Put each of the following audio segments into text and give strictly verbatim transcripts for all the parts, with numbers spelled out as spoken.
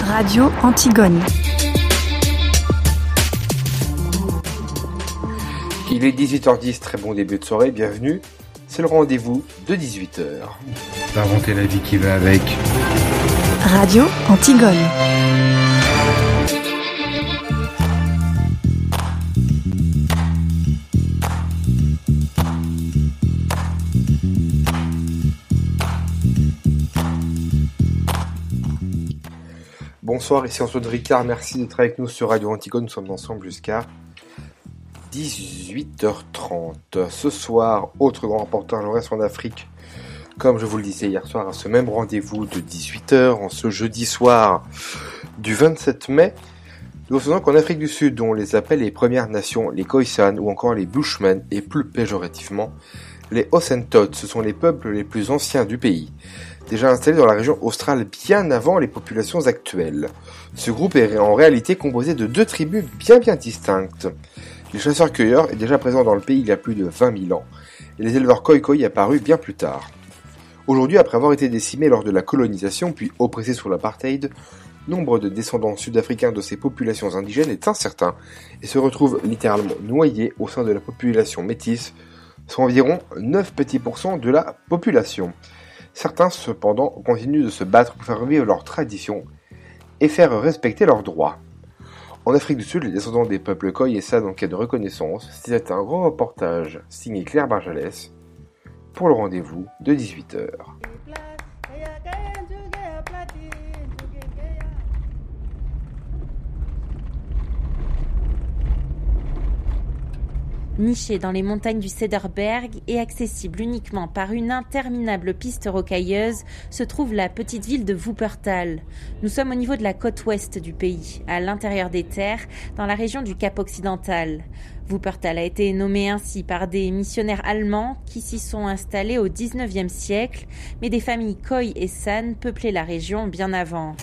Radio Antigone. Il est dix-huit heures dix, très bon début de soirée, bienvenue. C'est le rendez-vous de dix-huit heures. D'inventer la vie qui va avec. Radio Antigone. Bonsoir, ici Antoine Ricard, merci d'être avec nous sur Radio Antigone, nous sommes ensemble jusqu'à dix-huit heures trente. Ce soir, autre grand reportage en reste en Afrique. Comme je vous le disais hier soir, à ce même rendez-vous de dix-huit heures, en ce jeudi soir du vingt-sept mai, nous faisons qu'en Afrique du Sud, dont on les appelle les Premières Nations, les Khoisan ou encore les Bushmen, et plus péjorativement, les Hottentots, ce sont les peuples les plus anciens du pays, déjà installés dans la région australe bien avant les populations actuelles. Ce groupe est en réalité composé de deux tribus bien bien distinctes. Les chasseurs-cueilleurs est déjà présent dans le pays il y a plus de vingt mille ans, et les éleveurs Khoikhoi apparus bien plus tard. Aujourd'hui, après avoir été décimés lors de la colonisation, puis oppressés sous l'apartheid, nombre de descendants sud-africains de ces populations indigènes est incertain, et se retrouvent littéralement noyés au sein de la population métisse, soit environ neuf petits pourcents de la population. Certains, cependant, continuent de se battre pour faire revivre leurs traditions et faire respecter leurs droits. En Afrique du Sud, les descendants des peuples Khoi et San en quête de reconnaissance, c'était un grand reportage signé Claire Barjalès pour le rendez-vous de dix-huit heures. Niché dans les montagnes du Cederberg et accessible uniquement par une interminable piste rocailleuse, se trouve la petite ville de Wuppertal. Nous sommes au niveau de la côte ouest du pays, à l'intérieur des terres, dans la région du Cap occidental. Wuppertal a été nommé ainsi par des missionnaires allemands qui s'y sont installés au dix-neuvième siècle, mais des familles Khoi et San peuplaient la région bien avant.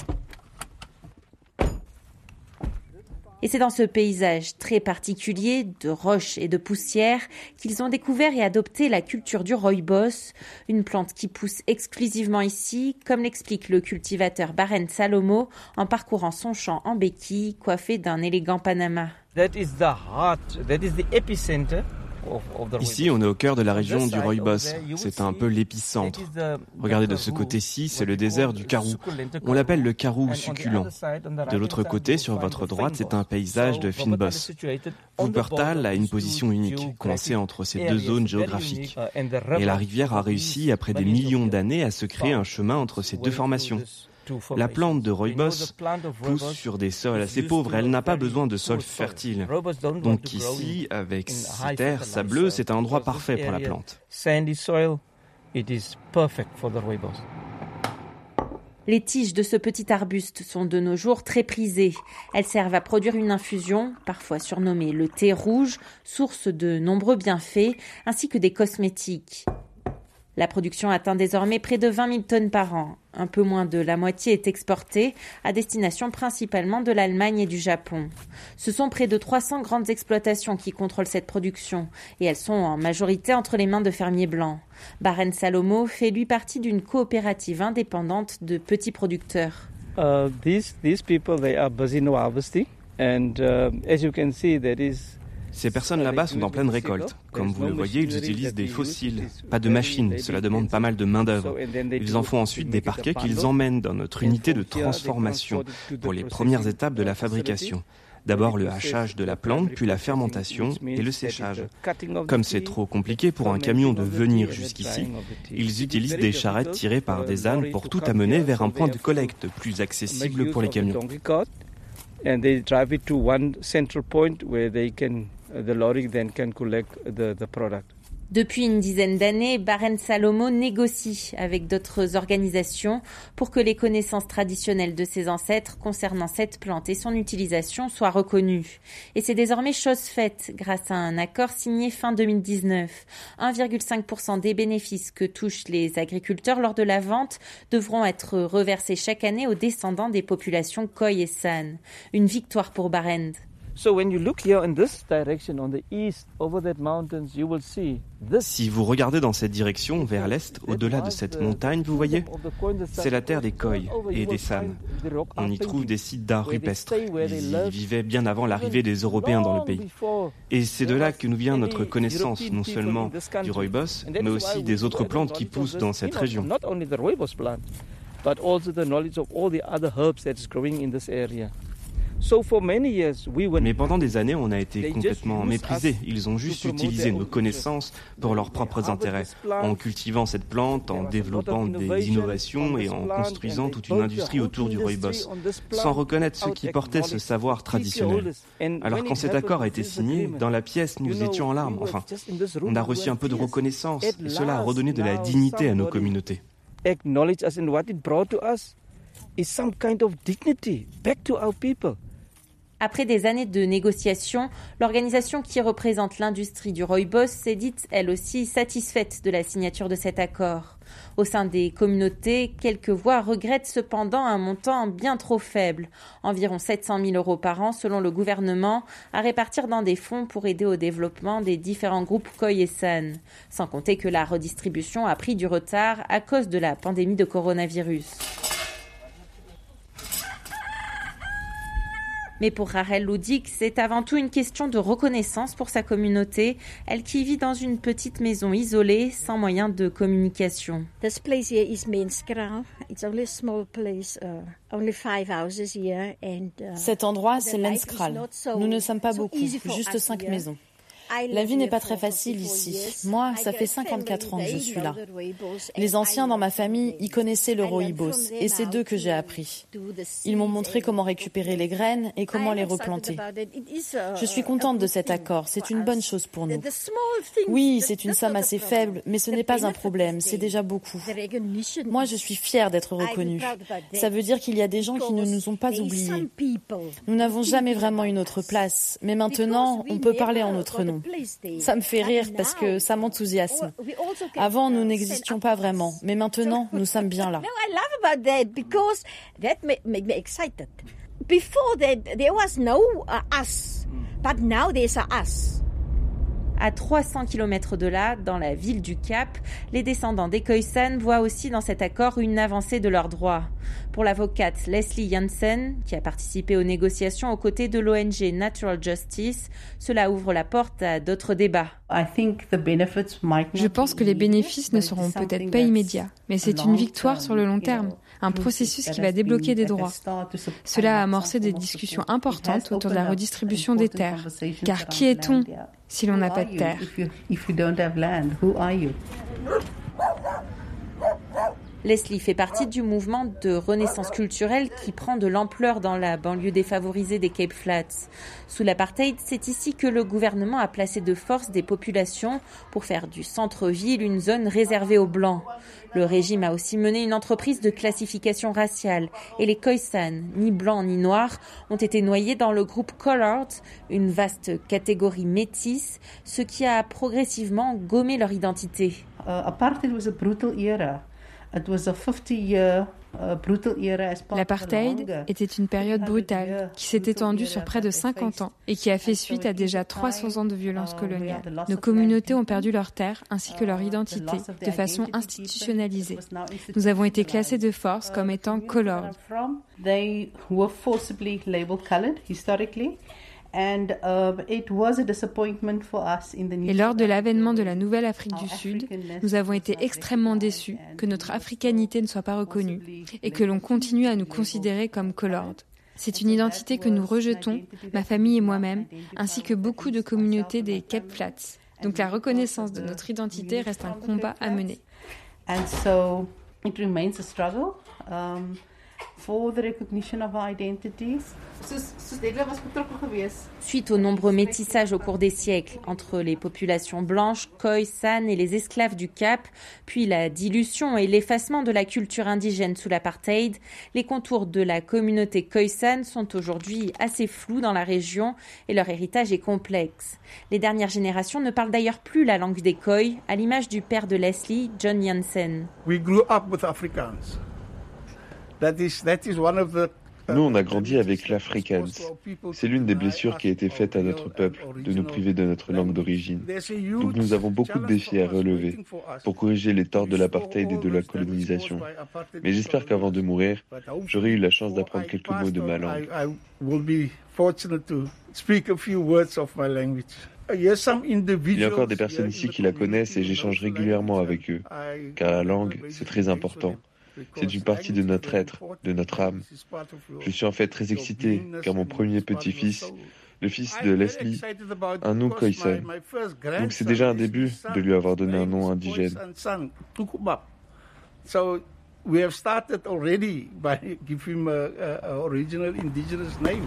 Et c'est dans ce paysage très particulier de roches et de poussière qu'ils ont découvert et adopté la culture du rooibos, une plante qui pousse exclusivement ici, comme l'explique le cultivateur Barend Salomo en parcourant son champ en béquille coiffé d'un élégant panama. That is the heart, that is the epicenter. Ici, on est au cœur de la région du rooibos. C'est un peu l'épicentre. Regardez de ce côté-ci, c'est le désert du Karoo. On l'appelle le Karoo succulent. De l'autre côté, sur votre droite, c'est un paysage de fynbos. Wuppertal a une position unique, coincée entre ces deux zones géographiques. Et la rivière a réussi, après des millions d'années, à se créer un chemin entre ces deux formations. La plante de rooibos pousse sur des sols assez pauvres, elle n'a pas besoin de sol fertile. Donc ici, avec ces terres sableuses, c'est un endroit parfait pour la plante. Les tiges de ce petit arbuste sont de nos jours très prisées. Elles servent à produire une infusion, parfois surnommée le thé rouge, source de nombreux bienfaits, ainsi que des cosmétiques. La production atteint désormais près de vingt mille tonnes par an. Un peu moins de la moitié est exportée, à destination principalement de l'Allemagne et du Japon. Ce sont près de trois cents grandes exploitations qui contrôlent cette production, et elles sont en majorité entre les mains de fermiers blancs. Barend Salomo fait lui partie d'une coopérative indépendante de petits producteurs. Uh, these, these people, they are busy now harvesting, and uh, as you can see, there is... Ces personnes là-bas sont en pleine récolte. Comme vous le voyez, ils utilisent des fossiles, pas de machines. Cela demande pas mal de main-d'œuvre. Ils en font ensuite des parquets qu'ils emmènent dans notre unité de transformation pour les premières étapes de la fabrication. D'abord le hachage de la plante, puis la fermentation et le séchage. Comme c'est trop compliqué pour un camion de venir jusqu'ici, ils utilisent des charrettes tirées par des ânes pour tout amener vers un point de collecte plus accessible pour les camions. And they drive it to one central point where they can, uh, the lorry then can collect the, the product. Depuis une dizaine d'années, Barend Salomo négocie avec d'autres organisations pour que les connaissances traditionnelles de ses ancêtres concernant cette plante et son utilisation soient reconnues. Et c'est désormais chose faite grâce à un accord signé fin deux mille dix-neuf. un virgule cinq pour cent des bénéfices que touchent les agriculteurs lors de la vente devront être reversés chaque année aux descendants des populations Khoi et San. Une victoire pour Barend. Si vous regardez dans cette direction, vers l'est, au-delà de cette montagne, vous voyez, c'est la terre des Khoi et des San. On y trouve des sites d'art rupestre. Ils y vivaient bien avant l'arrivée des Européens dans le pays. Et c'est de là que nous vient notre connaissance, non seulement du rooibos, mais aussi des autres plantes qui poussent dans cette région. Mais pendant des années, on a été complètement méprisés. Ils ont juste utilisé nos connaissances pour leurs propres intérêts, en cultivant cette plante, en développant des innovations et en construisant toute une industrie autour du rooibos, sans reconnaître ceux qui portaient ce savoir traditionnel. Alors quand cet accord a été signé, dans la pièce, nous étions en larmes. Enfin, on a reçu un peu de reconnaissance, et cela a redonné de la dignité à nos communautés. Acknowledge us and what it brought to us is some kind of dignity back to our people. Après des années de négociations, l'organisation qui représente l'industrie du rooibos s'est dite, elle aussi, satisfaite de la signature de cet accord. Au sein des communautés, quelques voix regrettent cependant un montant bien trop faible, environ sept cent mille euros par an selon le gouvernement, à répartir dans des fonds pour aider au développement des différents groupes Khoi et San. Sans compter que la redistribution a pris du retard à cause de la pandémie de coronavirus. Mais pour Rahel Loudik, c'est avant tout une question de reconnaissance pour sa communauté, elle qui vit dans une petite maison isolée, sans moyen de communication. This place here is Menskral. It's only a small place, uh, only five houses here, and uh, cet endroit, c'est Menskral. Nous ne sommes pas beaucoup, juste cinq maisons. La vie n'est pas très facile ici. Moi, ça fait cinquante-quatre ans que je suis là. Les anciens dans ma famille y connaissaient le rooibos et c'est d'eux que j'ai appris. Ils m'ont montré comment récupérer les graines et comment les replanter. Je suis contente de cet accord, c'est une bonne chose pour nous. Oui, c'est une somme assez faible, mais ce n'est pas un problème, c'est déjà beaucoup. Moi, je suis fière d'être reconnue. Ça veut dire qu'il y a des gens qui ne nous ont pas oubliés. Nous n'avons jamais vraiment une autre place, mais maintenant, on peut parler en notre nom. Ça me fait rire parce que ça m'enthousiasme. Avant, nous n'existions pas vraiment, mais maintenant, nous sommes bien là. I love about that because that make me excited. Before that, there was no us, but now there's a us. À trois cents kilomètres de là, dans la ville du Cap, les descendants des Khoi San voient aussi dans cet accord une avancée de leurs droits. Pour l'avocate Leslie Jansen, qui a participé aux négociations aux côtés de l'O N G Natural Justice, cela ouvre la porte à d'autres débats. Je pense que les bénéfices ne seront peut-être pas immédiats, mais c'est une victoire sur le long terme, un processus qui va débloquer des droits. Cela a amorcé des discussions importantes autour de la redistribution des terres. Car qui est-on si l'on n'a pas de terre ? Leslie fait partie du mouvement de renaissance culturelle qui prend de l'ampleur dans la banlieue défavorisée des Cape Flats. Sous l'apartheid, c'est ici que le gouvernement a placé de force des populations pour faire du centre-ville une zone réservée aux Blancs. Le régime a aussi mené une entreprise de classification raciale et les Khoi San, ni blancs ni noirs, ont été noyés dans le groupe Colored, une vaste catégorie métisse, ce qui a progressivement gommé leur identité. Uh, apartheid was a brutal era. It was a fifty-year uh, brutal era as part L'apartheid était une période brutale qui s'est étendue sur près de cinquante ans et qui a fait suite à déjà trois cents ans de violence coloniale. Nos communautés ont perdu leurs terres ainsi que leur identité de façon institutionnalisée. Nous avons été classés de force comme étant colored. They were forcibly labeled colored historically. And, uh, it was a disappointment for us in the Et lors de l'avènement de la Nouvelle Afrique du Sud, nous avons été extrêmement déçus que notre africanité ne soit pas reconnue et que l'on continue à nous considérer comme colored. C'est une identité que nous rejetons, ma famille et moi-même, ainsi que beaucoup de communautés des Cape Flats. Donc la reconnaissance de notre identité reste un combat à mener. And so it remains a struggle. Um, for the recognition of our identities. Suite aux nombreux métissages au cours des siècles entre les populations blanches, Khoi San et les esclaves du Cap, puis la dilution et l'effacement de la culture indigène sous l'apartheid, les contours de la communauté Khoi San sont aujourd'hui assez flous dans la région et leur héritage est complexe. Les dernières générations ne parlent d'ailleurs plus la langue des Khoi, à l'image du père de Leslie, John Jansen. We grew up with Afrikaans. That is, that is one of the Nous, on a grandi avec l'Afrikaans. C'est l'une des blessures qui a été faite à notre peuple, de nous priver de notre langue d'origine. Donc nous avons beaucoup de défis à relever pour corriger les torts de l'apartheid et de la colonisation. Mais j'espère qu'avant de mourir, j'aurai eu la chance d'apprendre quelques mots de ma langue. Il y a encore des personnes ici qui la connaissent et j'échange régulièrement avec eux, car la langue, c'est très important. C'est une partie de notre être, de notre âme. Je suis en fait très excité, car mon premier petit-fils, le fils de Leslie, a un nom Khoisan. Donc c'est déjà un début de lui avoir donné un nom indigène. So we have started already by giving him a, a original indigenous name.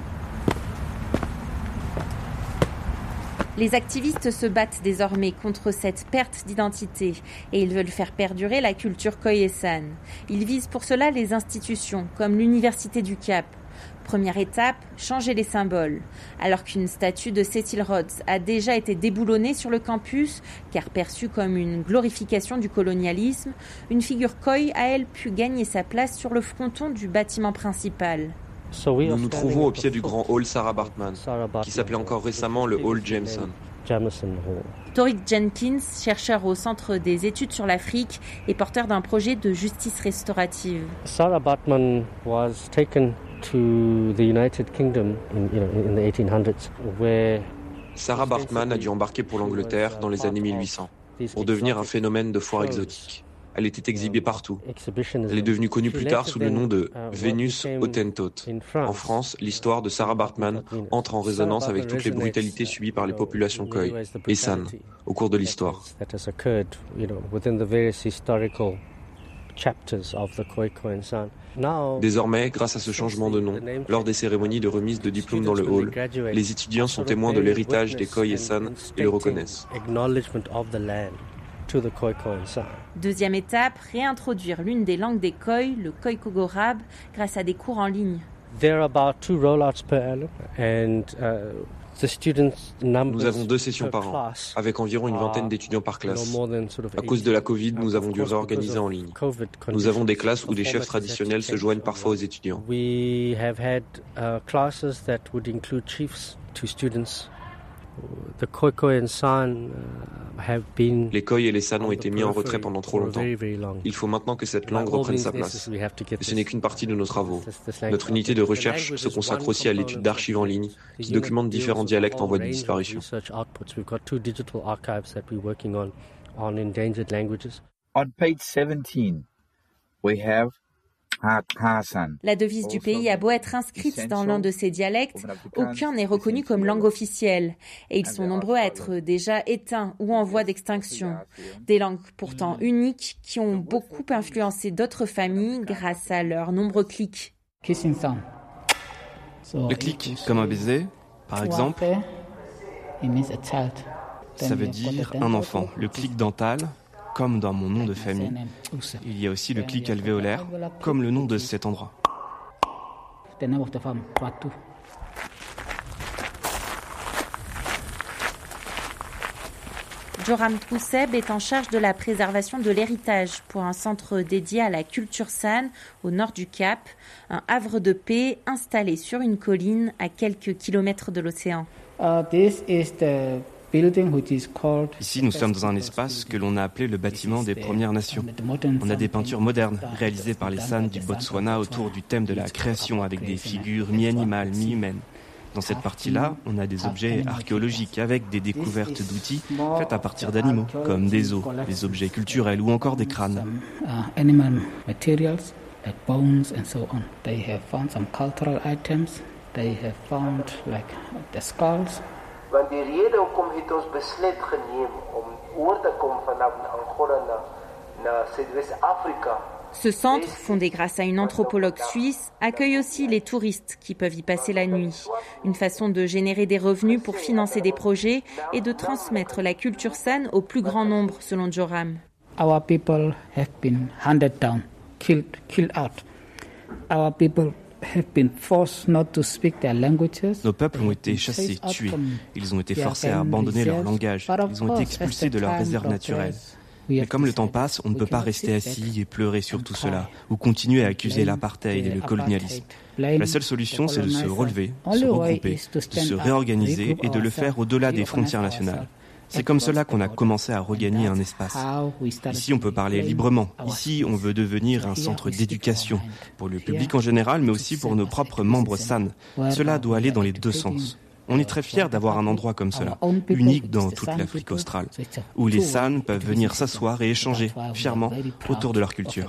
Les activistes se battent désormais contre cette perte d'identité et ils veulent faire perdurer la culture Khoisan. Ils visent pour cela les institutions comme l'Université du Cap. Première étape, changer les symboles. Alors qu'une statue de Cecil Rhodes a déjà été déboulonnée sur le campus, car perçue comme une glorification du colonialisme, une figure Khoi a elle pu gagner sa place sur le fronton du bâtiment principal. Nous nous trouvons au pied du grand hall Sarah Baartman, qui s'appelait encore récemment le hall Jameson. Torick Jenkins, chercheur au Centre des études sur l'Afrique et porteur d'un projet de justice restaurative. Sarah Baartman was taken to the United Kingdom in, you know, in the eighteen hundreds, where Sarah Baartman a dû embarquer pour l'Angleterre dans les années mille huit cents pour devenir un phénomène de foire exotique. Elle était exhibée partout. Elle est devenue connue plus tard sous le nom de Vénus Hottentote. En France, l'histoire de Sarah Baartman entre en résonance avec toutes les brutalités subies par les populations Khoi et San au cours de l'histoire. Désormais, grâce à ce changement de nom, lors des cérémonies de remise de diplômes dans le hall, les étudiants sont témoins de l'héritage des Khoi et San et le reconnaissent. Deuxième étape, réintroduire l'une des langues des Khoi, le Khoi Kogorab, grâce à des cours en ligne. There are about two rollouts per annum and uh, the students numbers Nous avons deux sessions par an, avec environ une vingtaine d'étudiants par classe. À cause de la Covid, nous avons dû réorganiser en ligne. Nous avons des classes où des chefs traditionnels se joignent parfois aux étudiants. We have had uh, classes that would include chiefs to students. The Khoi Khoi and San have been Les Khoi et les San ont été mis en retrait pendant trop longtemps. Il faut maintenant que cette langue reprenne sa place. Et ce n'est qu'une partie de nos travaux. Notre unité de recherche se consacre aussi à l'étude d'archives en ligne qui documentent différents dialectes en voie de disparition. On page seventeen, we have La devise du pays a beau être inscrite dans l'un de ces dialectes, aucun n'est reconnu comme langue officielle. Et ils sont nombreux à être déjà éteints ou en voie d'extinction. Des langues pourtant uniques qui ont beaucoup influencé d'autres familles grâce à leurs nombreux clics. Le clic, comme un baiser, par exemple, ça veut dire un enfant. Le clic dental, comme dans mon nom de famille. Il y a aussi le clic alvéolaire, comme le nom de cet endroit. Joram Trousseb est en charge de la préservation de l'héritage pour un centre dédié à la culture San au nord du Cap, un havre de paix installé sur une colline à quelques kilomètres de l'océan. Uh, this is the Ici, nous sommes dans un espace que l'on a appelé le bâtiment des Premières Nations. On a des peintures modernes réalisées par les San du Botswana autour du thème de la création avec des figures mi-animales, mi-humaines. Dans cette partie-là, on a des objets archéologiques avec des découvertes d'outils faites à partir d'animaux, comme des os, des objets culturels ou encore des crânes. Want die rede hoekom het ons besluit geneem om oor te kom vanaf Angola na, na Sud-West-Afrika. Ce centre, fondé grâce à une anthropologue suisse, accueille aussi les touristes qui peuvent y passer la nuit. Une façon de générer des revenus pour financer des projets et de transmettre la culture San au plus grand nombre, selon Joram. Our people have been hunted down, killed, killed out. Our people Nos peuples ont été chassés, tués. Ils ont été forcés à abandonner leur langage. Ils ont été expulsés de leurs réserves naturelles. Mais comme le temps passe, on ne peut pas rester assis et pleurer sur tout cela, ou continuer à accuser l'apartheid et le colonialisme. La seule solution, c'est de se relever, de se regrouper, de se réorganiser et de le faire au-delà des frontières nationales. C'est comme cela qu'on a commencé à regagner un espace. Ici, on peut parler librement. Ici, on veut devenir un centre d'éducation pour le public en général, mais aussi pour nos propres membres S A N. Cela doit aller dans les deux sens. On est très fiers d'avoir un endroit comme cela, unique dans toute l'Afrique australe, où les S A N peuvent venir s'asseoir et échanger fièrement autour de leur culture.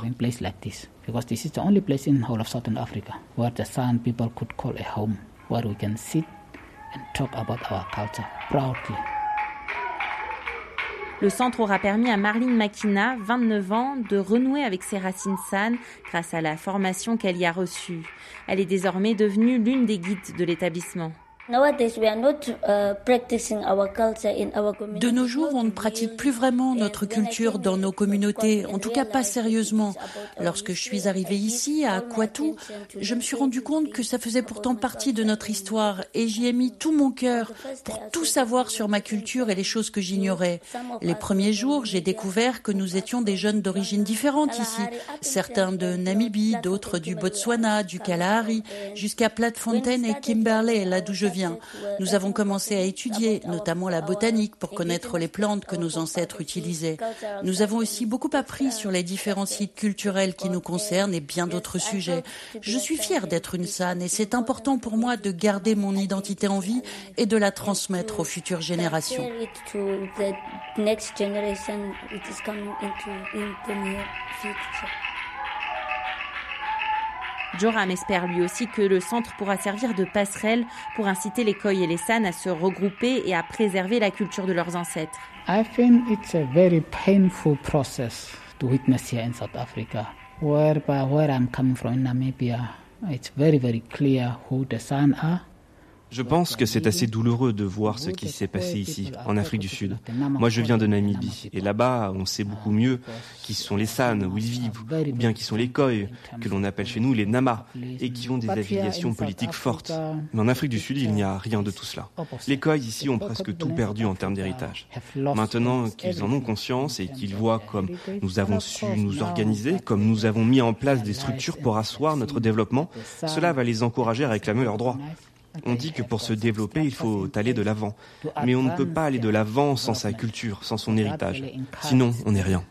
Le centre aura permis à Marlene Makina, vingt-neuf ans, de renouer avec ses racines S A N grâce à la formation qu'elle y a reçue. Elle est désormais devenue l'une des guides de l'établissement. De nos jours, on ne pratique plus vraiment notre culture dans nos communautés, en tout cas pas sérieusement. Lorsque je suis arrivée ici, à Kwatou, je me suis rendu compte que ça faisait pourtant partie de notre histoire et j'y ai mis tout mon cœur pour tout savoir sur ma culture et les choses que j'ignorais. Les premiers jours, j'ai découvert que nous étions des jeunes d'origines différentes ici, certains de Namibie, d'autres du Botswana, du Kalahari, jusqu'à Platefontaine et Kimberley, là d'où je viens. Nous avons commencé à étudier, notamment la botanique, pour connaître les plantes que nos ancêtres utilisaient. Nous avons aussi beaucoup appris sur les différents sites culturels qui nous concernent et bien d'autres sujets. Je suis fière d'être une S A N et c'est important pour moi de garder mon identité en vie et de la transmettre aux futures générations. Joram espère lui aussi que le centre pourra servir de passerelle pour inciter les Khoi et les San à se regrouper et à préserver la culture de leurs ancêtres. I think it's a very painful process to witness here in South Africa. Where, where I'm coming from in Namibia, it's very, very clear who the San are. Je pense que c'est assez douloureux de voir ce qui s'est passé ici, en Afrique du Sud. Moi, je viens de Namibie, et là-bas, on sait beaucoup mieux qui sont les San, où ils vivent, ou bien qui sont les Khoi, que l'on appelle chez nous les Nama, et qui ont des affiliations politiques fortes. Mais en Afrique du Sud, il n'y a rien de tout cela. Les Khoi ici ont presque tout perdu en termes d'héritage. Maintenant qu'ils en ont conscience et qu'ils voient comme nous avons su nous organiser, comme nous avons mis en place des structures pour asseoir notre développement, cela va les encourager à réclamer leurs droits. On dit que pour se développer, il faut aller de l'avant. Mais on ne peut pas aller de l'avant sans sa culture, sans son héritage. Sinon, on n'est rien.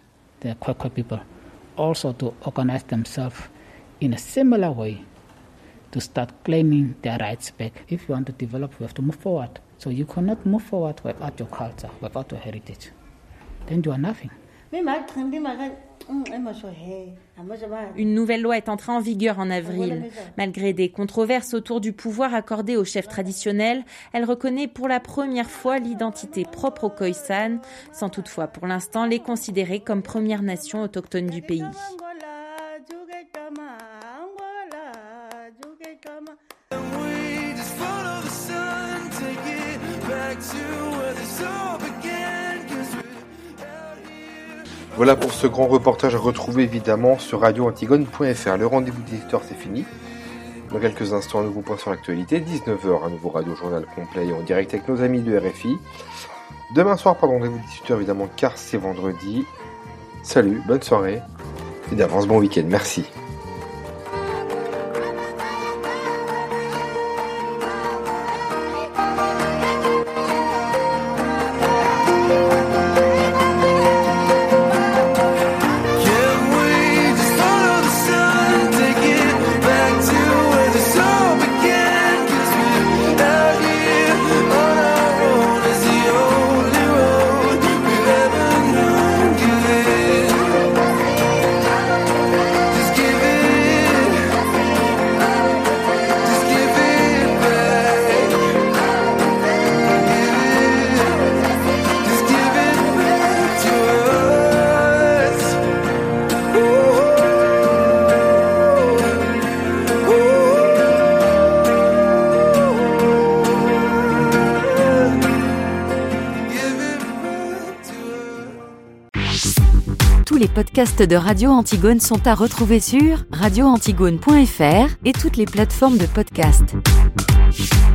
Also to organize themselves in a similar way to start claiming their rights back. If you want to develop, you have to move forward. So you cannot move forward without your culture, without your heritage. Then you are nothing. Une nouvelle loi est entrée en vigueur en avril. Malgré des controverses autour du pouvoir accordé aux chefs traditionnels, elle reconnaît pour la première fois l'identité propre aux Khoisan, sans toutefois pour l'instant les considérer comme première nation autochtone du pays. Voilà pour ce grand reportage à retrouver évidemment sur radio antigone point f r. Le rendez-vous des éditeurs, c'est fini. Dans quelques instants, un nouveau point sur l'actualité. dix-neuf heures, un nouveau radio-journal complet et en direct avec nos amis de R F I. Demain soir, pardon, rendez-vous dix-huit heures évidemment, car c'est vendredi. Salut, bonne soirée et d'avance bon week-end. Merci. Les podcasts de Radio Antigone sont à retrouver sur radio antigone point f r et toutes les plateformes de podcast.